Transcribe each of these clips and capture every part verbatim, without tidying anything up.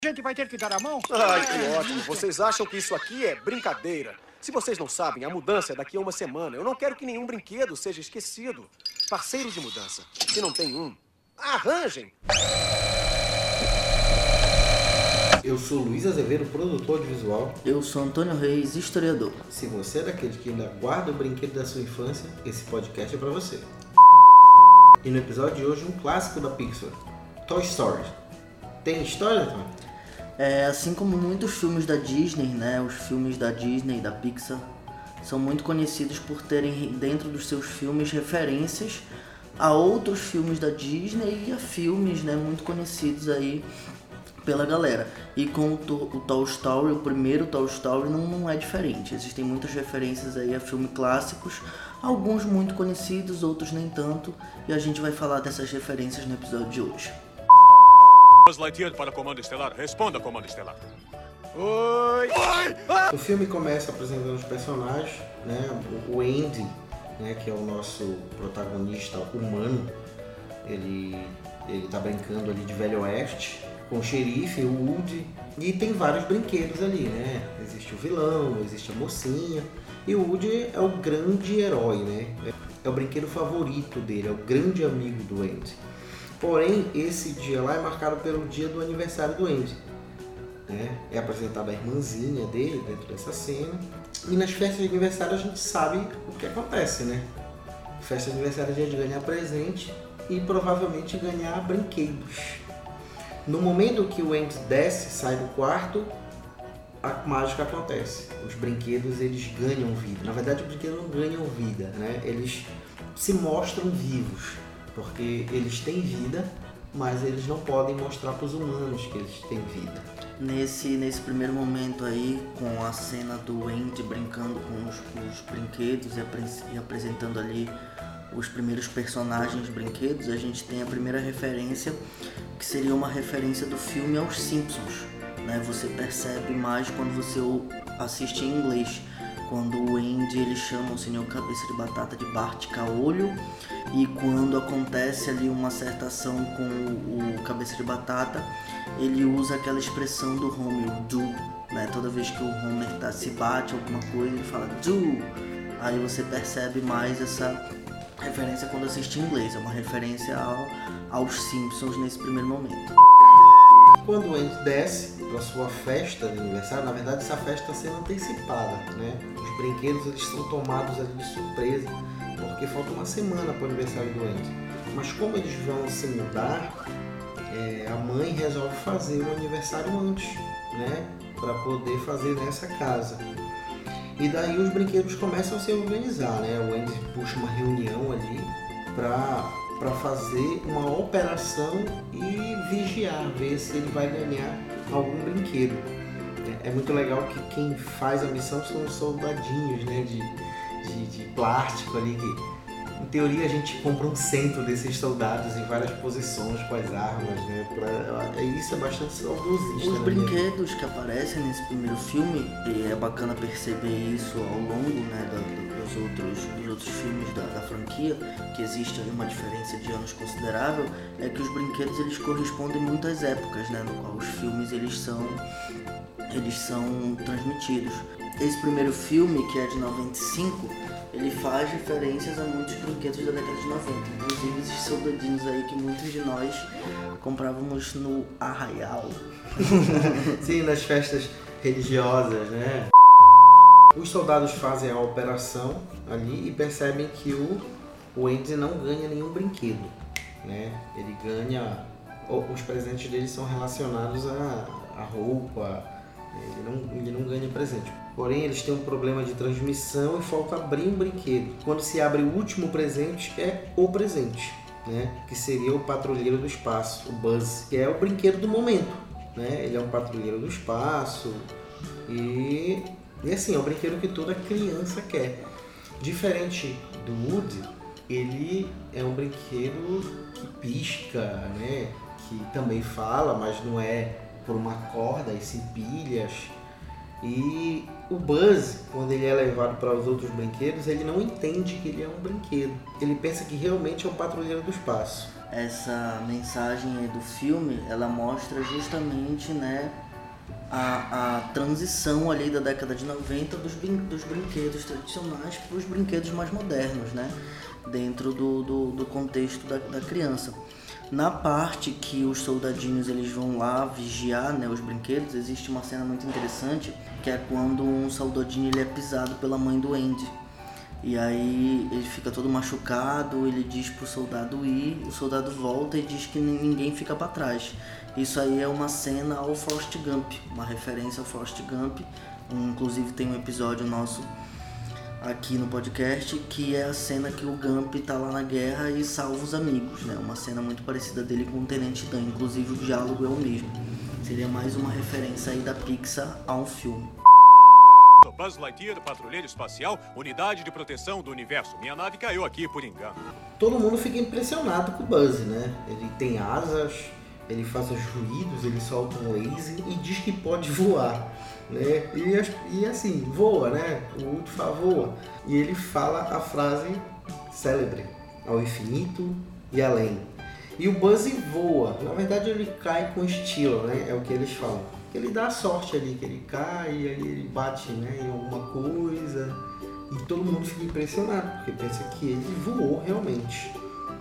A gente vai ter que dar a mão? Ai, que ótimo. Vocês acham que isso aqui é brincadeira? Se vocês não sabem, a mudança é daqui a uma semana. Eu não quero que nenhum brinquedo seja esquecido. Parceiro de mudança. Se não tem um, arranjem. Eu sou Luiz Azevedo, produtor de visual. Eu sou Antônio Reis, historiador. Se você é daquele que ainda guarda o brinquedo da sua infância, esse podcast é pra você. E no episódio de hoje, um clássico da Pixar, Toy Story. Tem história, Antônio? É, assim como muitos filmes da Disney, né, os filmes da Disney e da Pixar são muito conhecidos por terem dentro dos seus filmes referências a outros filmes da Disney e a filmes, né, muito conhecidos aí pela galera. E com o, o Toy Story, o primeiro Toy Story não, não é diferente. Existem muitas referências aí a filmes clássicos, alguns muito conhecidos, outros nem tanto, e a gente vai falar dessas referências no episódio de hoje. Buzz Lightyear para Comando Estelar. Responda, Comando Estelar. Oi! Oi! O filme começa apresentando os personagens, né? O Andy, né, que é o nosso protagonista humano, ele ele tá brincando ali de Velho Oeste com o xerife, o Woody, e tem vários brinquedos ali, né? Existe o vilão, existe a mocinha, e o Woody é o grande herói, né? É o brinquedo favorito dele, é o grande amigo do Andy. Porém, esse dia lá é marcado pelo dia do aniversário do Andy. Né? É apresentada a irmãzinha dele dentro dessa cena. E nas festas de aniversário a gente sabe o que acontece, né? Festa de aniversário é dia de ganhar presente e provavelmente ganhar brinquedos. No momento que o Andy desce, sai do quarto, a mágica acontece. Os brinquedos, eles ganham vida. Na verdade, os brinquedos não ganham vida, né? Eles se mostram vivos. Porque eles têm vida, mas eles não podem mostrar para os humanos que eles têm vida. Nesse, nesse primeiro momento aí, com a cena do Andy brincando com os, os brinquedos e, apre, e apresentando ali os primeiros personagens brinquedos, a gente tem a primeira referência, que seria uma referência do filme aos Simpsons. Né? Você percebe mais quando você assiste em inglês. Quando o Andy ele chama o senhor Cabeça de Batata de Bart Caolho, e quando acontece ali uma certa ação com o, o Cabeça de Batata, ele usa aquela expressão do Homer, do, né? Toda vez que o Homer tá, se bate alguma coisa, ele fala do. Aí você percebe mais essa referência quando assiste em inglês, é uma referência ao, aos Simpsons nesse primeiro momento. Quando o Andy desce para sua festa de aniversário, na verdade essa festa está sendo antecipada, né? Os brinquedos eles são tomados ali de surpresa, porque falta uma semana para o aniversário do Andy. Mas como eles vão se mudar, é, a mãe resolve fazer o aniversário antes, né? Para poder fazer nessa casa. E daí os brinquedos começam a se organizar, né? O Andy puxa uma reunião ali para para fazer uma operação e vigiar, ver se ele vai ganhar algum brinquedo. É muito legal que quem faz a missão são os soldadinhos, né, de, de, de plástico ali, que em teoria a gente compra um centro desses soldados em várias posições com as armas, né, pra, isso é bastante saudosista. Os né, brinquedos mesmo que aparecem nesse primeiro filme, e é bacana perceber isso ao longo, né, da, dos, outros, dos outros filmes da, da franquia, que existe ali uma diferença de anos considerável, é que os brinquedos eles correspondem muito às épocas, né, no qual os filmes eles são, eles são transmitidos. Esse primeiro filme, que é de noventa e cinco, ele faz referências a muitos brinquedos da década de noventa, inclusive esses soldadinhos aí que muitos de nós comprávamos no Arraial. Sim, nas festas religiosas, né? Os soldados fazem a operação ali e percebem que o, o Andy não ganha nenhum brinquedo, né? Ele ganha... Os presentes dele são relacionados à, à roupa, ele não, ele não ganha presente. Porém, eles têm um problema de transmissão e falta abrir um brinquedo. Quando se abre o último presente, é o presente, né? Que seria o Patrulheiro do Espaço, o Buzz, que é o brinquedo do momento, né? Ele é um patrulheiro do espaço e, e assim, é um brinquedo que toda criança quer. Diferente do Woody, ele é um brinquedo que pisca, né? Que também fala, mas não é por uma corda, e sim pilhas. E o Buzz, quando ele é levado para os outros brinquedos, ele não entende que ele é um brinquedo. Ele pensa que realmente é um patrulheiro do espaço. essa mensagem aí do filme, ela mostra justamente, né, a, a transição ali da década de noventa dos, brin- dos brinquedos tradicionais para os brinquedos mais modernos, né, dentro do, do, do contexto da, da criança. Na parte que os soldadinhos eles vão lá vigiar, né, os brinquedos, existe uma cena muito interessante, que é quando um soldadinho ele é pisado pela mãe do Andy. E aí ele fica todo machucado, ele diz pro soldado ir, o soldado volta e diz que ninguém fica para trás. Isso aí é uma cena ao Forrest Gump, uma referência ao Forrest Gump. Um, inclusive tem um episódio nosso aqui no podcast que é a cena que o Gump tá lá na guerra e salva os amigos, né? Uma cena muito parecida dele com o Tenente Dan, inclusive o diálogo é o mesmo. Seria mais uma referência aí da Pixar a um filme. Buzz Lightyear, patrulheiro espacial, unidade de proteção do universo. Minha nave caiu aqui por engano. Todo mundo fica impressionado com o Buzz, né? Ele tem asas, ele faz os ruídos, ele solta um laser e diz que pode voar, né? E, e assim, voa, né? O Woody fala voa. E ele fala a frase célebre, ao infinito e além. E o Buzz voa. Na verdade ele cai com estilo, né? É o que eles falam. Ele dá a sorte ali, que ele cai, e aí ele bate, né, em alguma coisa e todo mundo fica impressionado, porque pensa que ele voou realmente.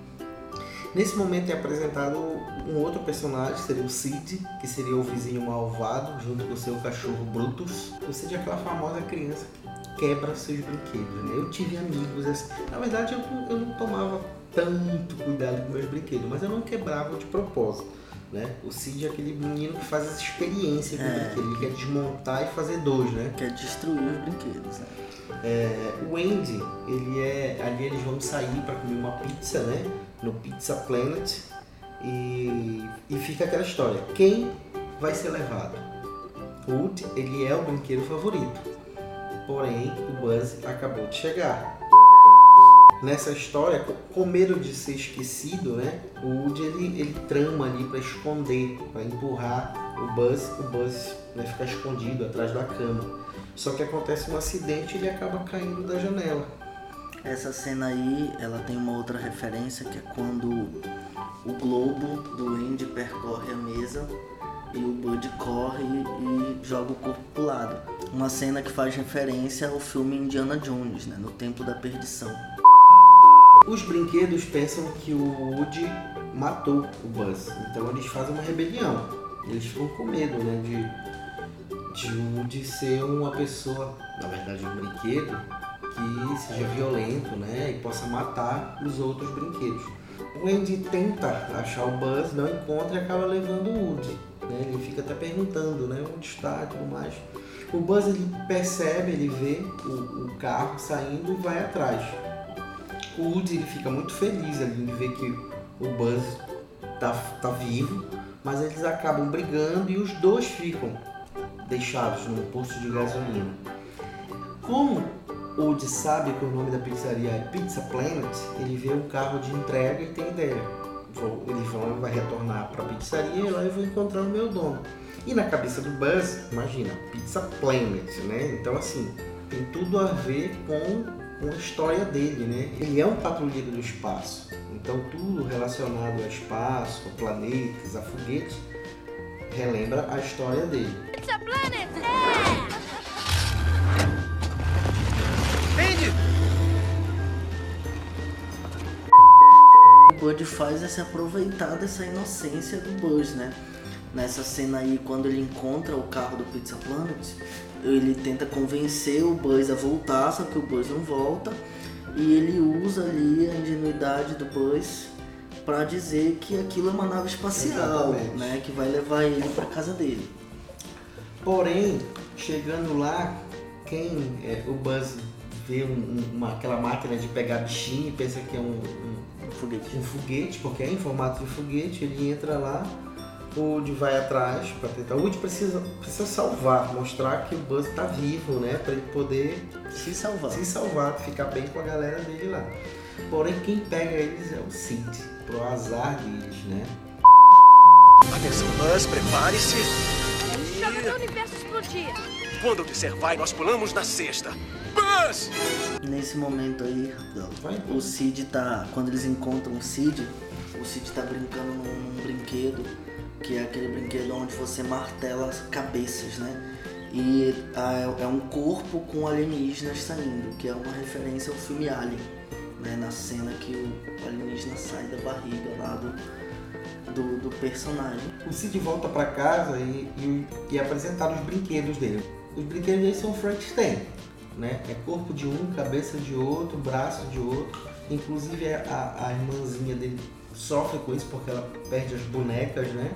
Nesse momento é apresentado um outro personagem, seria o Sid, que seria o vizinho malvado, junto com o seu cachorro Brutus. O Sid é aquela famosa criança que quebra seus brinquedos, né? Eu tive amigos assim. Na verdade eu, eu não tomava tanto cuidado com meus brinquedos, mas eu não quebrava de propósito. Né? O Sid é aquele menino que faz essa experiência com É. o brinquedo, ele quer desmontar e fazer dois, né? Quer destruir os brinquedos, né? É, o Andy, ele é, ali eles vão sair para comer uma pizza, né? No Pizza Planet e, e fica aquela história, quem vai ser levado? O Woody, ele é o brinquedo favorito, porém o Buzz acabou de chegar. Nessa história, com medo de ser esquecido, né, o Woody ele, ele trama ali para esconder, para empurrar o Buzz, o Buzz vai ficar escondido atrás da cama. Só que acontece um acidente e ele acaba caindo da janela. Essa cena aí, ela tem uma outra referência, que é quando o globo do Andy percorre a mesa e o Bud corre e joga o corpo pro lado. Uma cena que faz referência ao filme Indiana Jones, né, no Templo da Perdição. Os brinquedos pensam que o Woody matou o Buzz, então eles fazem uma rebelião. Eles ficam com medo, né, de, de o Woody ser uma pessoa, na verdade um brinquedo, que seja violento, né, e possa matar os outros brinquedos. O Andy tenta achar o Buzz, não encontra e acaba levando o Woody. Né, ele fica até perguntando, né, onde está e tudo mais. O Buzz ele percebe, ele vê o, o carro saindo e vai atrás. O Woody ele fica muito feliz ali de ver que o Buzz tá, tá vivo, mas eles acabam brigando e os dois ficam deixados num posto de gasolina. Como o Woody sabe que o nome da pizzaria é Pizza Planet, ele vê um carro de entrega e tem ideia. Vou, ele vão, vai retornar para a pizzaria e lá eu vou encontrar o meu dono. E na cabeça do Buzz, imagina, Pizza Planet, né? Então assim, tem tudo a ver com com a história dele, né? Ele é um patrulheiro do espaço, então tudo relacionado ao espaço, a planetas, a foguetes, relembra a história dele. Pizza Planet! Andy! O Bud faz é se aproveitar dessa inocência do Buzz, né? Nessa cena aí, quando ele encontra o carro do Pizza Planet, ele tenta convencer o Buzz a voltar, só que o Buzz não volta. E ele usa ali a ingenuidade do Buzz para dizer que aquilo é uma nave espacial, Exatamente. né? Que vai levar ele para casa dele. Porém, chegando lá, quem é, o Buzz vê um, uma, aquela máquina de pegar bichinho e pensa que é um, um, Um foguete. um foguete, porque é em formato de foguete, ele entra lá, o Woody vai atrás para tentar. O Woody precisa, precisa salvar, mostrar que o Buzz está vivo, né? Para ele poder Se salvar. se salvar, ficar bem com a galera dele lá. Porém, quem pega eles é o Sid, pro azar deles, né? Atenção, Buzz, prepare-se. Joga meu E universo explodir! quando eu disser vai, nós pulamos na cesta. Buzz! Nesse momento aí, Vai. o Sid tá. Quando eles encontram o Sid, o Sid tá brincando num, num brinquedo, que é aquele brinquedo onde você martela as cabeças, né? E ah, é um corpo com alienígenas saindo, que é uma referência ao filme Alien, né? Na cena que o alienígena sai da barriga lá do, do, do personagem. O Sid volta para casa e, e, e é apresentado os brinquedos dele. Os brinquedos dele são Frankenstein, né? É corpo de um, cabeça de outro, braço de outro. Inclusive a, a irmãzinha dele sofre com isso porque ela perde as bonecas, né?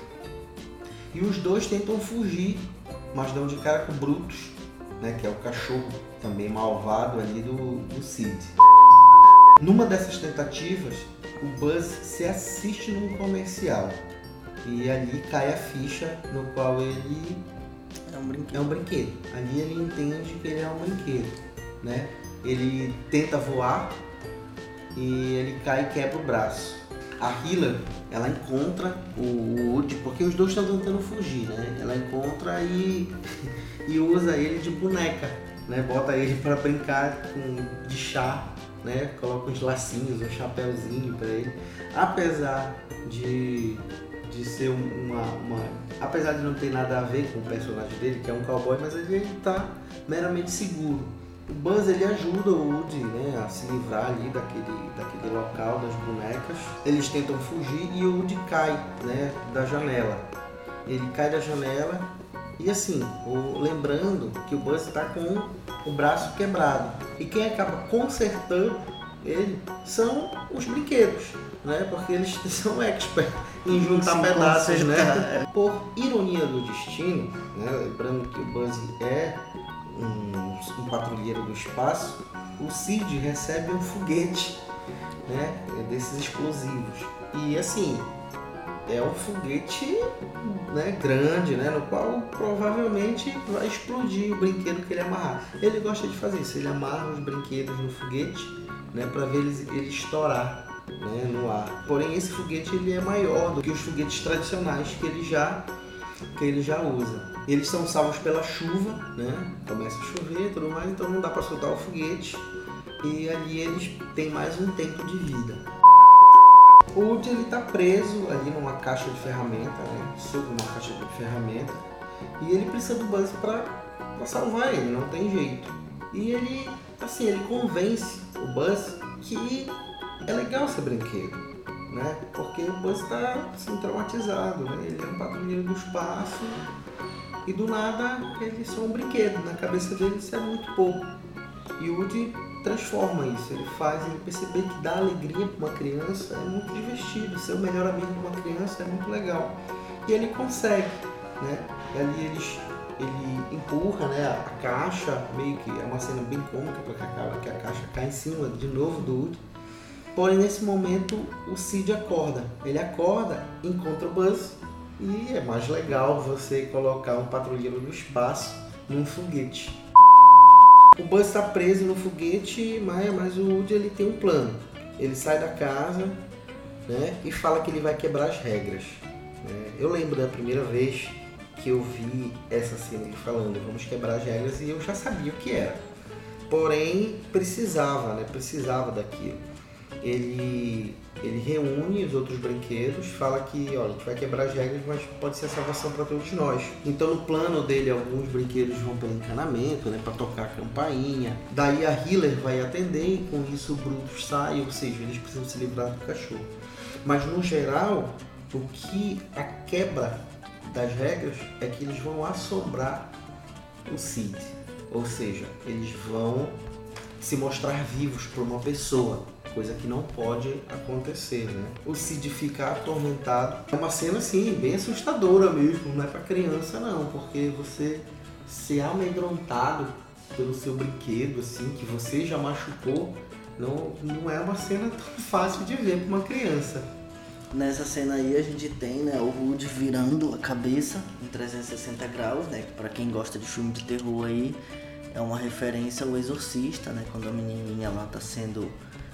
E os dois tentam fugir, mas dão de cara com o Brutus, né? Que é o cachorro também malvado ali do, do Sid. Numa dessas tentativas, o Buzz se assiste num comercial e ali cai a ficha no qual ele É um brinquedo. é um brinquedo. Ali ele entende que ele é um brinquedo, né? Ele tenta voar e ele cai e quebra o braço. A Hiller, ela encontra o Woody, porque os dois estão tentando fugir, né? Ela encontra e, e usa ele de boneca, né? Bota ele para brincar com, de chá, né? Coloca uns lacinhos, um chapéuzinho para ele. Apesar de, de ser uma, uma... Apesar de não ter nada a ver com o personagem dele, que é um cowboy, mas ele está meramente seguro. O Buzz ele ajuda o Woody, né, a se livrar ali daquele, daquele local das bonecas. Eles tentam fugir e o Woody cai, né, da janela. Ele cai da janela e assim, o, lembrando que o Buzz está com o braço quebrado. E quem acaba consertando ele são os brinquedos, né, porque eles são experts em juntar Sim, pedaços, né. consertar. Por ironia do destino, né, lembrando que o Buzz é Um, um patrulheiro do espaço, o Sid recebe um foguete, né, desses explosivos. E assim, é um foguete, né, grande, né, no qual provavelmente vai explodir o brinquedo que ele amarrar. Ele gosta de fazer isso, ele amarra os brinquedos no foguete, né, para ver ele, ele estourar, né, no ar. Porém, esse foguete ele é maior do que os foguetes tradicionais que ele já, que ele já usa. Eles são salvos pela chuva, né? Começa a chover e tudo mais, então não dá para soltar o foguete. E ali eles têm mais um tempo de vida. O Woody ele tá preso ali numa caixa de ferramenta, né? Sob uma caixa de ferramenta. E ele precisa do Buzz para salvar ele, não tem jeito. E ele, assim, ele convence o Buzz que é legal ser brinquedo, né? Porque o Buzz tá assim, traumatizado, né? Ele é um patrulheiro do espaço. E do nada ele é só um brinquedo, na cabeça dele isso é muito pouco. E o Woody transforma isso, ele faz ele perceber que dar alegria para uma criança é muito divertido, ser o melhor amigo de uma criança é muito legal. E ele consegue, né? E ali eles, ele empurra, né, a caixa, meio que é uma cena bem cômica, porque acaba que a caixa cai em cima de novo do Woody. Porém nesse momento o Sid acorda, ele acorda, encontra o Buzz. E é mais legal você colocar um patrulheiro do espaço num foguete. O Buzz está preso no foguete, mas, mas o Woody ele tem um plano. Ele sai da casa, né, e fala que ele vai quebrar as regras. Né? Eu lembro da primeira vez que eu vi essa cena ele falando, vamos quebrar as regras, e eu já sabia o que era. Porém, precisava, né, precisava daquilo. Ele... Ele reúne os outros brinquedos, fala que olha, a gente vai quebrar as regras, mas pode ser a salvação para todos nós. Então no plano dele, alguns brinquedos vão pelo encanamento, né, para tocar a campainha. Daí a Hiller vai atender e com isso o Brutus sai, ou seja, eles precisam se livrar do cachorro. Mas no geral, o que a quebra das regras é que eles vão assombrar o Sid. Ou seja, eles vão se mostrar vivos por uma pessoa. Coisa que não pode acontecer, né? O Sid fica atormentado. É uma cena, assim, bem assustadora mesmo. Não é pra criança, não. Porque você ser amedrontado pelo seu brinquedo, assim, que você já machucou, não, não é uma cena tão fácil de ver pra uma criança. Nessa cena aí a gente tem, né, o Woody virando a cabeça em trezentos e sessenta graus, né? Que pra quem gosta de filme de terror aí, é uma referência ao Exorcista, né? Quando a menininha lá tá sendo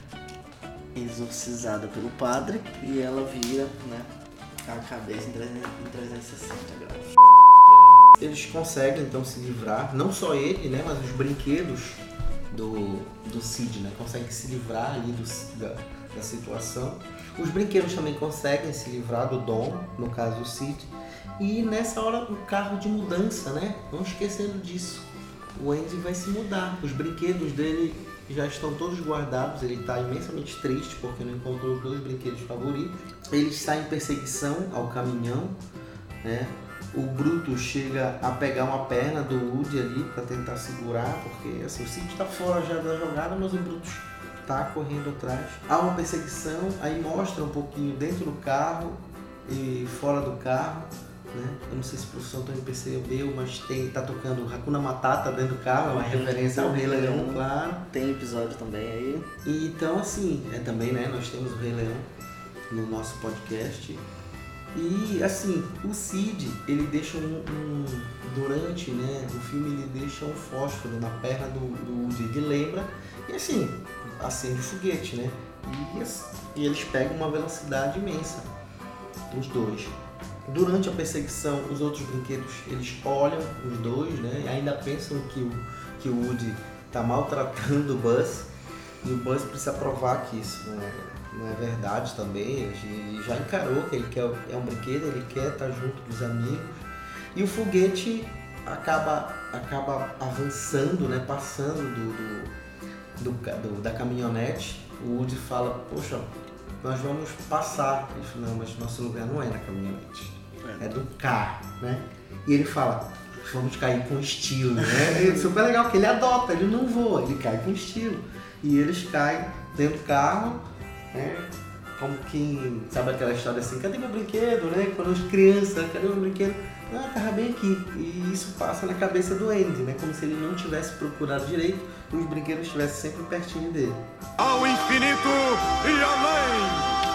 exorcizada pelo padre e ela vira, né, a cabeça em trezentos e sessenta graus. Eles conseguem então se livrar, não só ele, né, mas os brinquedos do, do Sid, né, conseguem se livrar ali do, da, da situação. Os brinquedos também conseguem se livrar do Dom, no caso o Sid. E nessa hora o carro de mudança, né? Não esquecendo disso. O Andy vai se mudar. Os brinquedos dele já estão todos guardados. Ele está imensamente triste porque não encontrou os dois brinquedos favoritos. Ele está em perseguição ao caminhão, né? O Brutus chega a pegar uma perna do Woody ali para tentar segurar, porque assim, o Sid está fora já da jogada, mas o Brutus tá correndo atrás. Há uma perseguição, aí mostra um pouquinho dentro do carro e fora do carro, né? Eu não sei se o professor Antônio percebeu, mas tem, tá tocando Hakuna Matata dentro do carro, é uma referência ao Rei Leão, claro. Tem episódio também aí. E, então assim, é também, né, nós temos o Rei Leão no nosso podcast. E assim, o Sid, ele deixa um, um durante, né, o filme ele deixa um fósforo na perna do, do Woody, ele lembra, e assim, acende o foguete, né, e, e eles pegam uma velocidade imensa, os dois. Durante a perseguição, os outros brinquedos, eles olham os dois, né, e ainda pensam que o, que o Woody está maltratando o Buzz, e o Buzz precisa provar que isso não é, não é verdade também. Ele já encarou que ele quer, é um brinquedo, ele quer estar junto dos amigos. E o foguete acaba, acaba avançando, né, passando do, do, do, do, da caminhonete. O Woody fala, poxa, nós vamos passar. Ele fala, não, mas nosso lugar não é na caminhonete, é do carro, né? E ele fala, vamos cair com estilo, né? É super legal, que ele adota, ele não voa, ele cai com estilo. E eles caem dentro do carro, né? Como quem, sabe aquela história assim, cadê meu brinquedo, né? Quando as crianças, cadê meu brinquedo? Ah, tava bem aqui. E isso passa na cabeça do Andy, né? Como se ele não tivesse procurado direito e os brinquedos estivessem sempre pertinho dele. Ao infinito e além!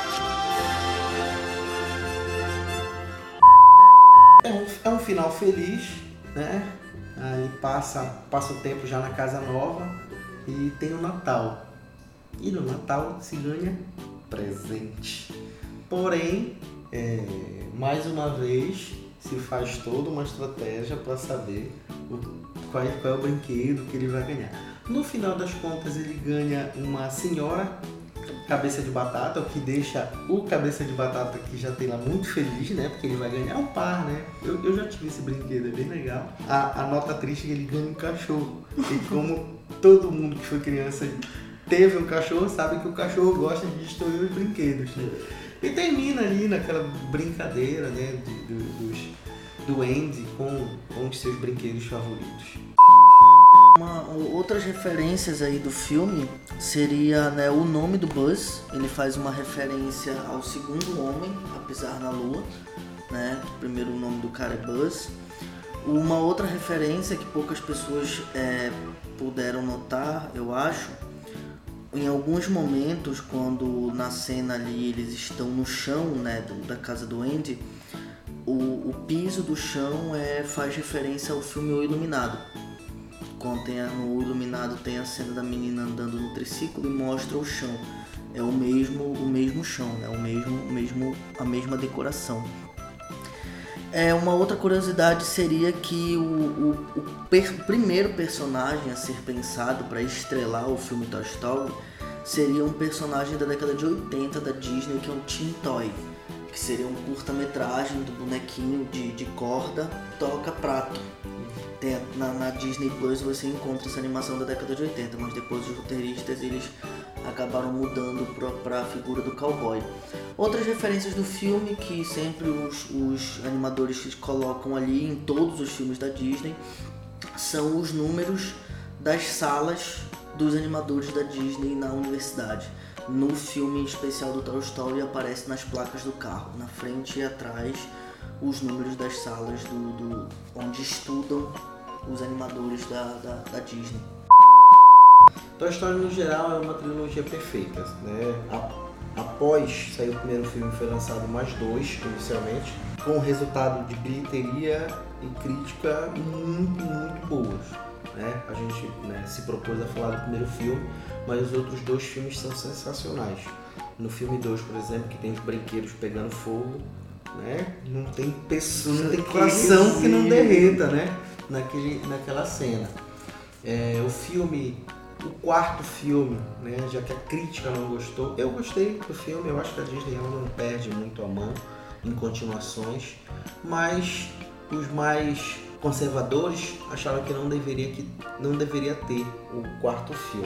É um, é um final feliz, né? Aí passa, passa o tempo já na casa nova e tem o Natal. E no Natal se ganha presente. Porém, é, mais uma vez, se faz toda uma estratégia para saber o, qual, é, qual é o brinquedo que ele vai ganhar. No final das contas, ele ganha uma senhora cabeça de batata, o que deixa o cabeça de batata que já tem lá muito feliz, né? Porque ele vai ganhar um par, né? Eu, eu já tive esse brinquedo, é bem legal. A, a nota triste é que ele ganha um cachorro. E como todo mundo que foi criança teve um cachorro, sabe que o cachorro gosta de destruir os brinquedos, né? E termina ali naquela brincadeira, né? De, de, dos, do Andy com, com os seus brinquedos favoritos. Uma, outras referências aí do filme seria, né, o nome do Buzz. Ele faz uma referência ao segundo homem a pisar na lua, né? O primeiro nome do cara é Buzz. Uma outra referência que poucas pessoas é, puderam notar, eu acho, em alguns momentos, quando na cena ali eles estão no chão, né, do, da casa do Andy, o, o piso do chão é, faz referência ao filme O Iluminado. Quando tem a, no Iluminado tem a cena da menina andando no triciclo e mostra o chão. É o mesmo, o mesmo chão, né? o mesmo, o mesmo, a mesma decoração. É, uma outra curiosidade seria que o, o, o per, primeiro personagem a ser pensado para estrelar o filme Toy Story seria um personagem da década de oitenta da Disney, que é um Teen Toy, que seria um curta-metragem do bonequinho de, de corda toca prato. Tem, na, na Disney Plus você encontra essa animação da década de oitenta, mas depois os roteiristas eles acabaram mudando para a figura do cowboy. Outras referências do filme que sempre os, os animadores colocam ali em todos os filmes da Disney são os números das salas dos animadores da Disney na universidade. No filme especial do Toy Story aparece nas placas do carro, na frente e atrás, os números das salas do, do, onde estudam os animadores da, da, da Disney. Toy Story no geral é uma trilogia perfeita, né? Após sair o primeiro filme foi lançado mais dois inicialmente, com resultado de bilheteria e crítica muito, muito boas, né? A gente, né, se propôs a falar do primeiro filme, mas os outros dois filmes são sensacionais. No filme dois, por exemplo, que tem os brinquedos pegando fogo, né? Não tem pessoa, não tem coração que não derreta, né? Naquele, naquela cena. É, o filme o quarto filme, né? Já que a crítica não gostou. Eu gostei do filme, eu acho que a Disney ela não perde muito a mão em continuações, mas os mais conservadores acharam que não deveria, que não deveria ter o quarto filme.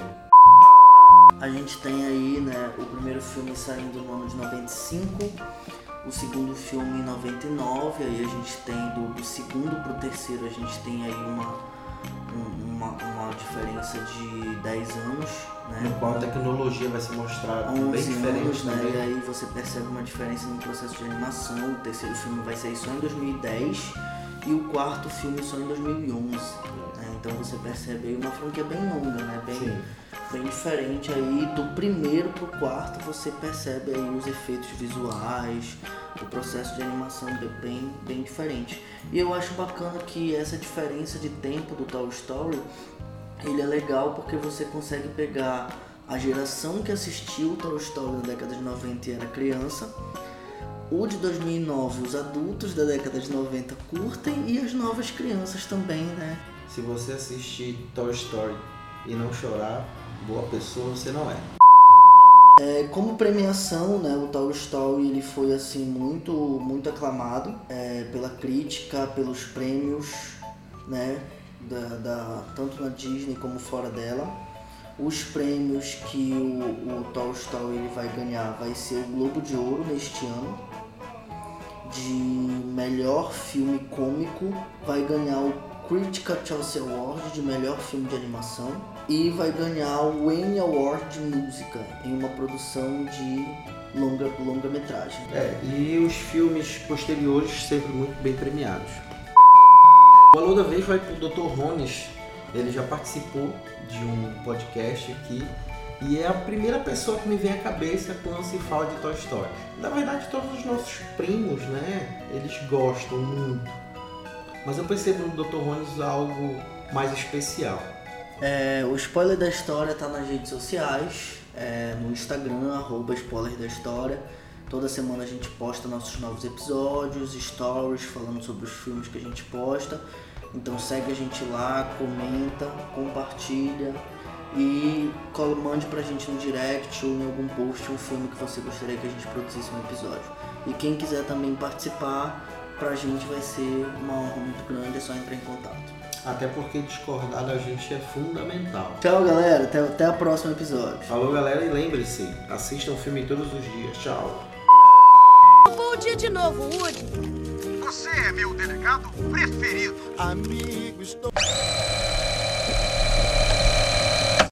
A gente tem aí, né, o primeiro filme saindo no ano de noventa e cinco, o segundo filme em noventa e nove, aí a gente tem do, do segundo pro terceiro, a gente tem aí uma, uma, uma diferença de dez anos, né? No qual a tecnologia vai se mostrar bem diferente, anos, né? né? E aí você percebe uma diferença no processo de animação. O terceiro filme vai sair só em dois mil e dez e o quarto filme só em dois mil e onze, né? Então você percebe aí uma franquia bem longa, né? Bem, Sim. bem diferente aí do primeiro pro quarto. Você percebe aí os efeitos visuais, o processo de animação bem, bem diferente. E eu acho bacana que essa diferença de tempo do Toy Story, ele é legal porque você consegue pegar a geração que assistiu o Toy Story na década de noventa e era criança, o de dois mil e nove, os adultos da década de noventa curtem e as novas crianças também, né? Se você assistir Toy Story e não chorar, boa pessoa você não é. É, como premiação, né, o Toy Story ele foi assim muito, muito aclamado é, pela crítica, pelos prêmios, né, da, da, tanto na Disney como fora dela. Os prêmios que o, o Toy Story ele vai ganhar vai ser o Globo de Ouro neste ano. De melhor filme cômico vai ganhar o Critical Choice Award de melhor filme de animação e vai ganhar o Annie Award de música em uma produção de longa, longa metragem. É, e os filmes posteriores sempre muito bem premiados. O Alô da Vez vai pro doutor Rones, ele já participou de um podcast aqui e é a primeira pessoa que me vem à cabeça quando se fala de Toy Story. Na verdade, todos os nossos primos, né, eles gostam muito, mas eu percebo no doutor Rones algo mais especial. É, o spoiler da história tá nas redes sociais, é, no Instagram, arroba spoiler da história. Toda semana a gente posta nossos novos episódios, stories falando sobre os filmes que a gente posta. Então segue a gente lá, comenta, compartilha e mande pra gente no direct ou em algum post um filme que você gostaria que a gente produzisse um episódio. E quem quiser também participar, pra gente vai ser uma honra muito grande, é só entrar em contato. Até porque discordar da gente é fundamental. Tchau, galera. Até, até o próximo episódio. Falou, galera, e lembre-se, assistam o filme todos os dias. Tchau. Bom dia de novo, Woody. Você é meu delegado preferido. Amigo, estou...